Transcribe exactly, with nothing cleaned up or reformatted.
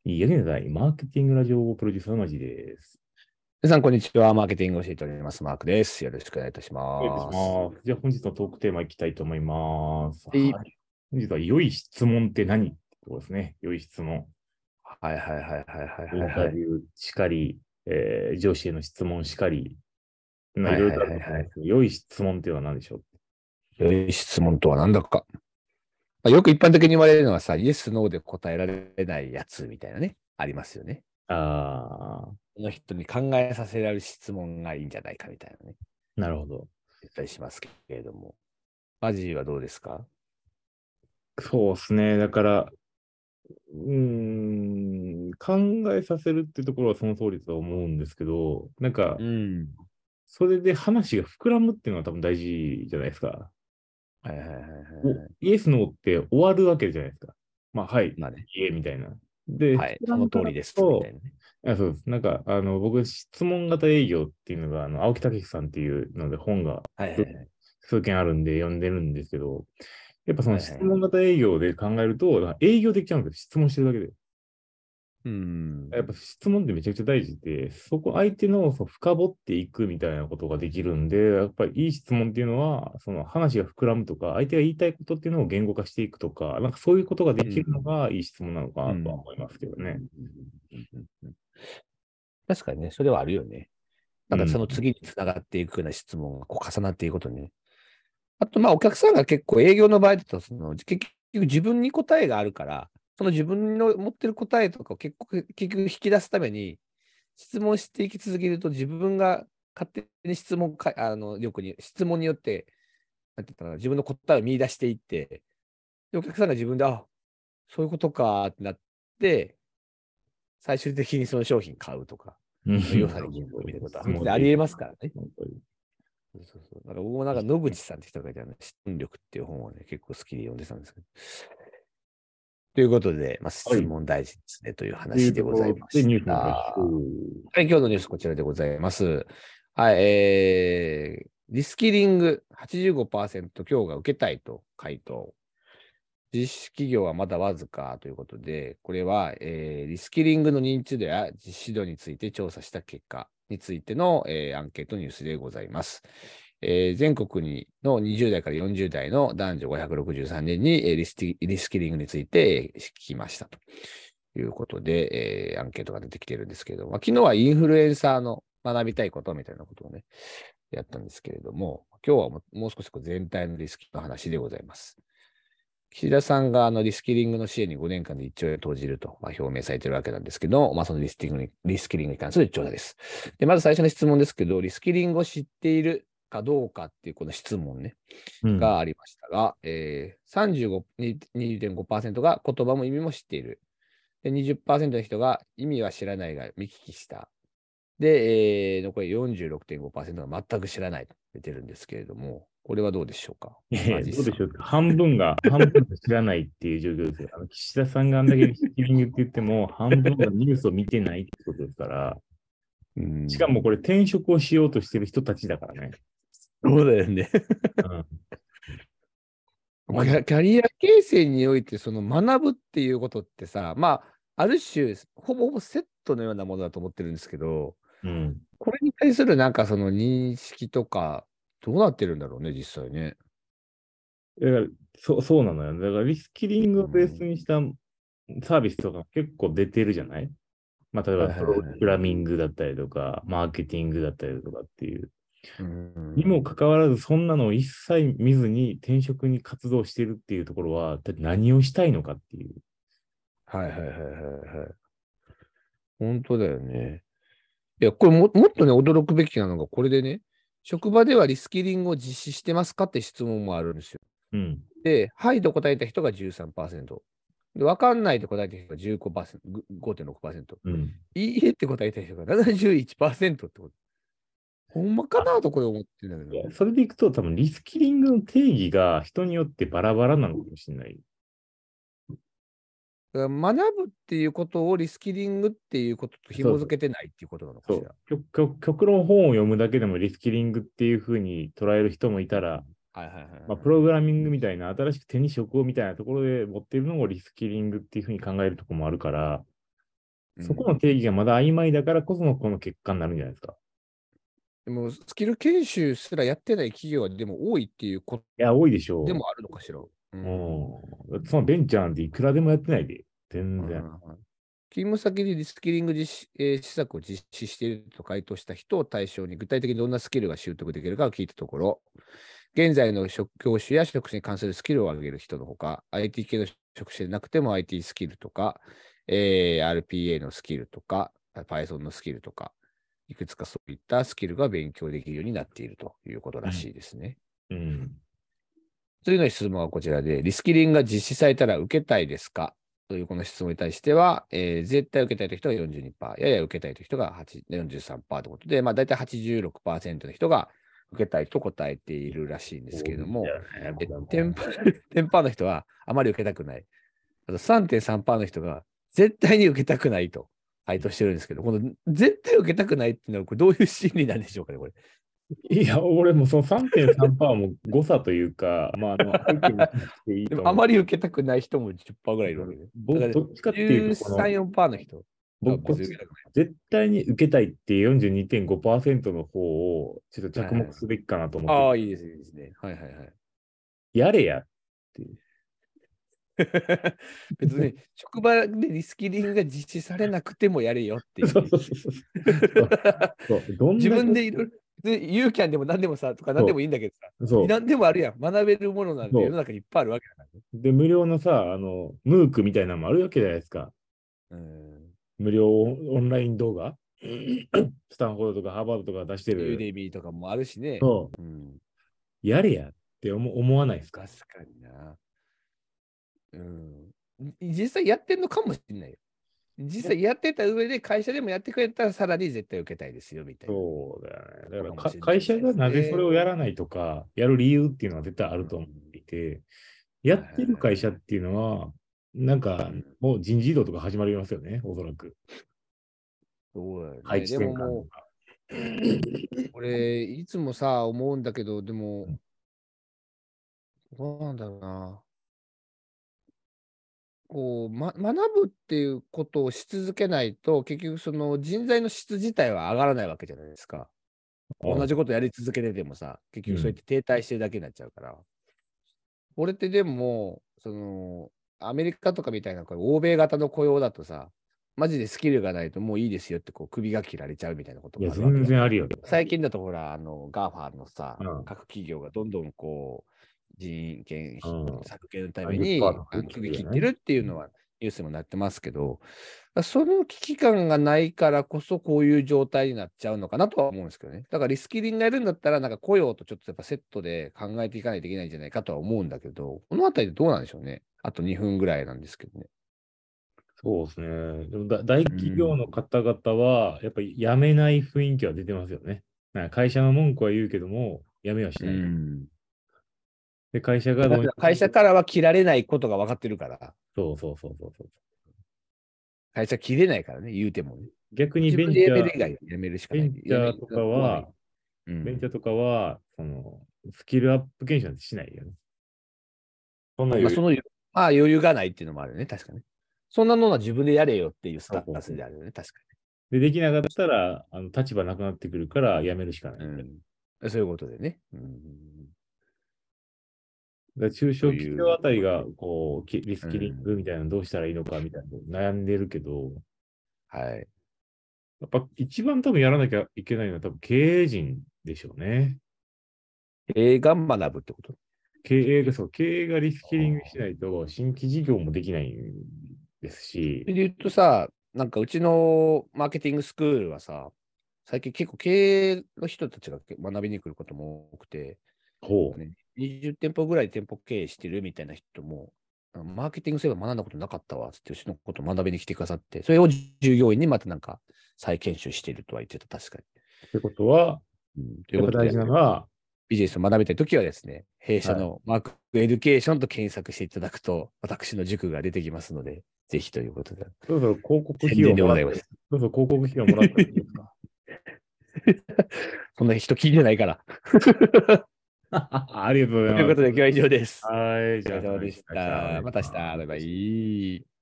いいや現在、マーケティングラジオプロデューサーのマジです。 皆さん、こんにちは。マーケティングを教えております。マークです。よろしくお願いいたしお願いします。 ます。じゃあ本日のトークテーマいきたいと思います。 はい。 はい。本日は良い質問って何ってところですね。良い質問。 はいはいはいはいはいインはいはい。 タビューしかり、えー上司への質問しかり、まあ、いはいはいろいろとあるとはいはい。 思うんですけど、良い質問っていうのは何でしょう？ 良い質問とは何だか。まあ、よく一般的に言われるのはさ、イエス、ノーで答えられないやつみたいなね。ありますよね。 ああその人に考えさせられる質問がいいんじゃないかみたいなね。 ー、なるほど。 言ったりしますけれども。マジはどうですか？ そうですね。だから、うーん、考えさせるっていうところはその通りだと思うんですけど、なんか、 うん。 それで話が膨らむっていうのは多分大事じゃないですか。 はいはいはいはいおはい。 イエス、ノーって終わるわけじゃないですか。まあ、はい、 まあね。 いえ、みたいな。で、膨はい。そのらむから通りです。みたこいなね。 そ、あ、そうです。なんか、あの、僕、質問型営業っていうのが、あの、青木武さんっていうので本がはいはいはい。 数件あるんで読んでるんですけど、やっぱそのはいはいはい。 質問型営業で考えると、営業できちゃうんですよ。質問してるだけで。 うん。 やっぱ質問ってめちゃくちゃ大事で、そこ相手のそう深掘っていくみたいなことができるんで、やっぱりいい質問っていうのは、その話が膨らむとか、相手が言いたいことっていうのを言語化していくとか、なんかそういうことがでうん。 きるのがいい質問なのかなとはうん。 思いますけどね。 確かにね、それはあるよね。なんかうん。 その次につながっていくような質問がこう重なっていくことね。あと、まあ、お客さんが結構営業の場合だと、その結局自分に答えがあるから、その自分の持ってる答えとかを結局、結局引き出すために、質問していき続けると、自分が勝手に質問か、あの、よくに、質問によって、なんて言ったかな、自分の答えを見出していって、でお客さんが自分で、あ、そういうことかってなって、最終的にその商品買うとか、 うん。 なんか良さに気づくみたいなことは、 質本当問っていい。 にありえますからね。 本当にそうそうそう。なんか僕もなんか野口さんって人がいて、あの質問力っていう本をね、結構好きで読んでたんですけど。ということで、まあ、 はい。 質問大事ですねというという話でごところでざいましニュースに行きました。 ょう。 はい、今日のニュースこちらでございます。はい、えー、リスキリングはちじゅうごパーセント強が受けたいと回答。実施企業はまだわずかということで、これは、えーリスキリングの認知度や実施度について調査した結果についての、えーアンケートニュースでございます。えー全国にのにじゅう代からよんじゅう代の男女ごひゃくろくじゅうさんにんに、えーリスティリスキリングについてえー聞きましたということで、えーアンケートが出てきているんですけれども、まあ、昨日はインフルエンサーの学びたいことみたいなことをね、やったんですけれども、今日はもうもう少しこう全体のリスキの話でございます。岸田さんがあのリスキリングの支援にごねんかんでいっちょうえん投じると、まあ、表明されているわけなんですけど、まあ、そのリスキリングにリスキリングに関する調査です。で、まず最初の質問ですけど、リスキリングを知っているかどうかっていうこの質問ね、 うん。 がありましたが、えー、さんじゅうご、にてんごパーセントが言葉も意味も知っている。で、にじゅっパーセントの人が意味は知らないが見聞きした。で、えー残りよんじゅうろくてんごパーセントが全く知らないと出てるんですけれども、これはどうでしょうか？ えーマジさん。 どうでしょうか。半分が、半分が知らないっていう状況ですよ。あの岸田さんがあんだけリスキリングって言っても、半分がニュースを見てないってことですから、 うん、 しかもこれ転職をしようとしてる人たちだからね。 そうだよね。 うん。 キマジ。 ャキャリア形成において、その学ぶっていうことってさ、まあ、ある種、ほぼほぼセットのようなものだと思ってるんですけど、 うん。 これに対するなんかその認識とか、どうなってるんだろうね、実際ね。 だから、そう、そうなのよ。だからリスキリングをベースうん。 にしたサービスとか結構出てるじゃない？まあ、例えばはいはいはいプログラはい。 ミングだったりとか、マーケティングだったりとかっていう。 うにもん。 かかわらず、そんなのを一切見ずに転職に活動してるっていうところは、だって何をしたいのかっていう。 はいはいはいはいはい。本当だよね。いや、これも、もっとね、驚くべきなのが、これでね、職場ではリスキリングを実施してますかって質問もあるんですよ。 うん。 で、はいと答えた人がじゅうさんパーセント。で、わかんないと答えた人がじゅうごパーセント、ごてんろくパーセント。 うん。 いいえって答えた人がななじゅういちパーセントってこと。ほんまかあ、 なとこれ思ってんだけど。 いや、それでいくと多分リスキリングの定義が人によってバラバラなのかもしれない。 だから学ぶっていうことをリスキリングっていうこととそうそう。 紐づけてないっていうことなのかそう。 しら。 極極極論本を読むだけでもリスキリングっていうふうに捉える人もいたら、 はいはいはいはいまあ、プロはい。 グラミングみたいな新しく手に職をみたいなところで持っているのをリスキリングっていうふうに考えるところもあるから、 そこの定義がまだ曖昧だからこそのこの結果になるんじゃないですか。 でも、スキル研修すらやってない企業はでも多いっていうこいや、多いでしょう。 とでもあるのかしら。ううん。そのベンチャーなんていくらでもやってないで。全然。 うん勤務先でリスキリング実施、えー施策を実施していると回答した人を対象に具体的にどんなスキルが習得できるかを聞いたところ、現在の職業種や職種に関するスキルを上げる人のほか、アイティー 系の職種でなくても アイティー スキルとか、えー アールピーエー のスキルとか、Python のスキルとか、いくつかそういったスキルが勉強できるようになっているということらしいですね。 うん。 次の質問はこちらで、リスキリングが実施されたら受けたいですかというこの質問に対しては、えー絶対受けたいという人が よんじゅうにパーセント、やや受けたいという人がよんじゅうさんパーセントということで、まあ大体 はちじゅうろくパーセントの人が受けたいと答えているらしいんですけれども、えテンパテンパーの人はあまり受けたくない。あと さんてんさんパーセント の人が絶対に受けたくないと回答してるんですけど、この絶対受けたくないっていうのはこれどういう心理なんでしょうかね、これ。 いや、俺もその さんてんさんパーセント も誤差というか、まあ、あの、相手になっていいでと思う。 もあまり受けたくない人も じゅっパーセント ぐらいいるわけで。 僕、 だからどっちかっていうと、こじゅうさん、 の、 よんパーセントの人が僕、こっち別に受けたく絶対に受けたいっていう よんじゅうにてんごパーセント の方を、ちょっとない。はいはい、 着目すべきかなと思って、 ああ、いいですね、いいですね。はいはいはい。 やれやっていう。 別に職場でリスキリングが実施されなくてもやれよっていう。 そうそうそうそう。そうどん自だけ分でいろいろ、ユーキャンでも何でもさ、とか何でもいいんだけどさ、 そう何でもあるやん。学べるものなんて世のそ中にいっぱいあるわけだからね。 う。で、無料のさ、あの、ムークみたいなのもあるわけじゃないですか。 うん無料オンライン動画。スタンフォードとかハーバードとか出してユーる。 デミーとかもあるしね。 そうん、 う。やれやって思思わないですか？ 確かにな。うん。実際やってんのかもしれないよ。実際やってた上で会社でもやってくれたらさらに絶対受けたいですよみたいな。 そうだよね。だからかもかしれないです会社がなぜそれね。 をやらないとか、やる理由っていうのは絶対あると思っていて、やってる会社っていうのは、なんかもう人事異動とか始まりますよね、おそらく。 そうだよね。 配置転でももう、 換とか。 俺、いつもさ、思うんだけど、でも、どうなんだろうな。こう、ま、学ぶっていうことをし続けないと、結局その人材の質自体は上がらないわけじゃないですか。同あじことやり続けててもさ、結局そうやって停滞してるだけになっちゃうから。これってでも、その、アメリカとかみたいな、これ欧米型の雇用だとさ、マジでスキルがないともういいですよってこう首が切られちゃうみたいなこといや、 があるわけ全然あるよ。 最近だとほら、あの、ガーファーのさ、 うん各企業がどんどんこう、人権うん削減のためにさんじゅっパーセントとか言って首るよね。 切ってるっていうのはニュースにもなってますけど、その危機感がないからこそこういう状態になっちゃうのかなとは思うんですけどね。だからリスキリングがやるんだったら、なんか雇用とちょっとやっぱセットで考えていかないといけないんじゃないかとは思うんだけど、このあたりでどうなんでしょうね。あとにふんぐらいなんですけどね。 そうですね。でもだ大企業うんの方々は、やっぱり辞めない雰囲気は出てますよね。なんか会社の文句は言うけども、辞めはしうない。 ん。 で、会社がどうに会社からは切られないことが分かってるから、 そうそうそうそうそう。 会社切れないからね、言うてもね。 逆に自分ベンチャー、 で辞める以外は辞めるしかない。 ベンチャーとかは、 うん、 ベンチャーとかは、その、スキルアップ検証なんてしないよね。そんな余まあ、 裕。 その、まあ余裕がないっていうのもあるよね、確かに。そんなのは自分でやれよっていうスタンスであるよね、確かで、できなかったら、あの立場なくなってくるから辞めるしかない。 に。うん、そういうことでね。うん、 だから中小企業あたりが、こう、きリスキリングうんみたいなのどうしたらいいのかみたいなの悩んでるけど、 はい。 やっぱ一番多分やらなきゃいけないのは多分経営陣でしょうね。 映画学ぶってこと経営が、そう、経営がリスキリングしないと新規事業もできないんですし、 それで言うとさ、なんかうちのマーケティングスクールはさ、最近結構経営の人たちが学びに来ることも多くて、 ほう。 ね、にじゅう店舗ぐらい店舗経営してるみたいな人も、マーケティングすれば学んだことなかったわつって、うちのこと学びに来てくださって、それを従業員にまたなんか再研修しているとは言ってた、確かってことは、 に。うん、ということでやっぱ大事、なのは、 ビジネスを学びたいときはですね、弊社はい、 のマークエデュケーションと検索していただくと、私の塾が出てきますので、ぜひということで。 そろそろ広告費宣用もらって、 伝でございます。 そろそろ広告費用もらっていいですか？ そんな人聞いてないから。 ありがとうございます。 ということで、今日は以上です。 はい、じゃあ、 お疲れ様でした。また明日、バイバイ。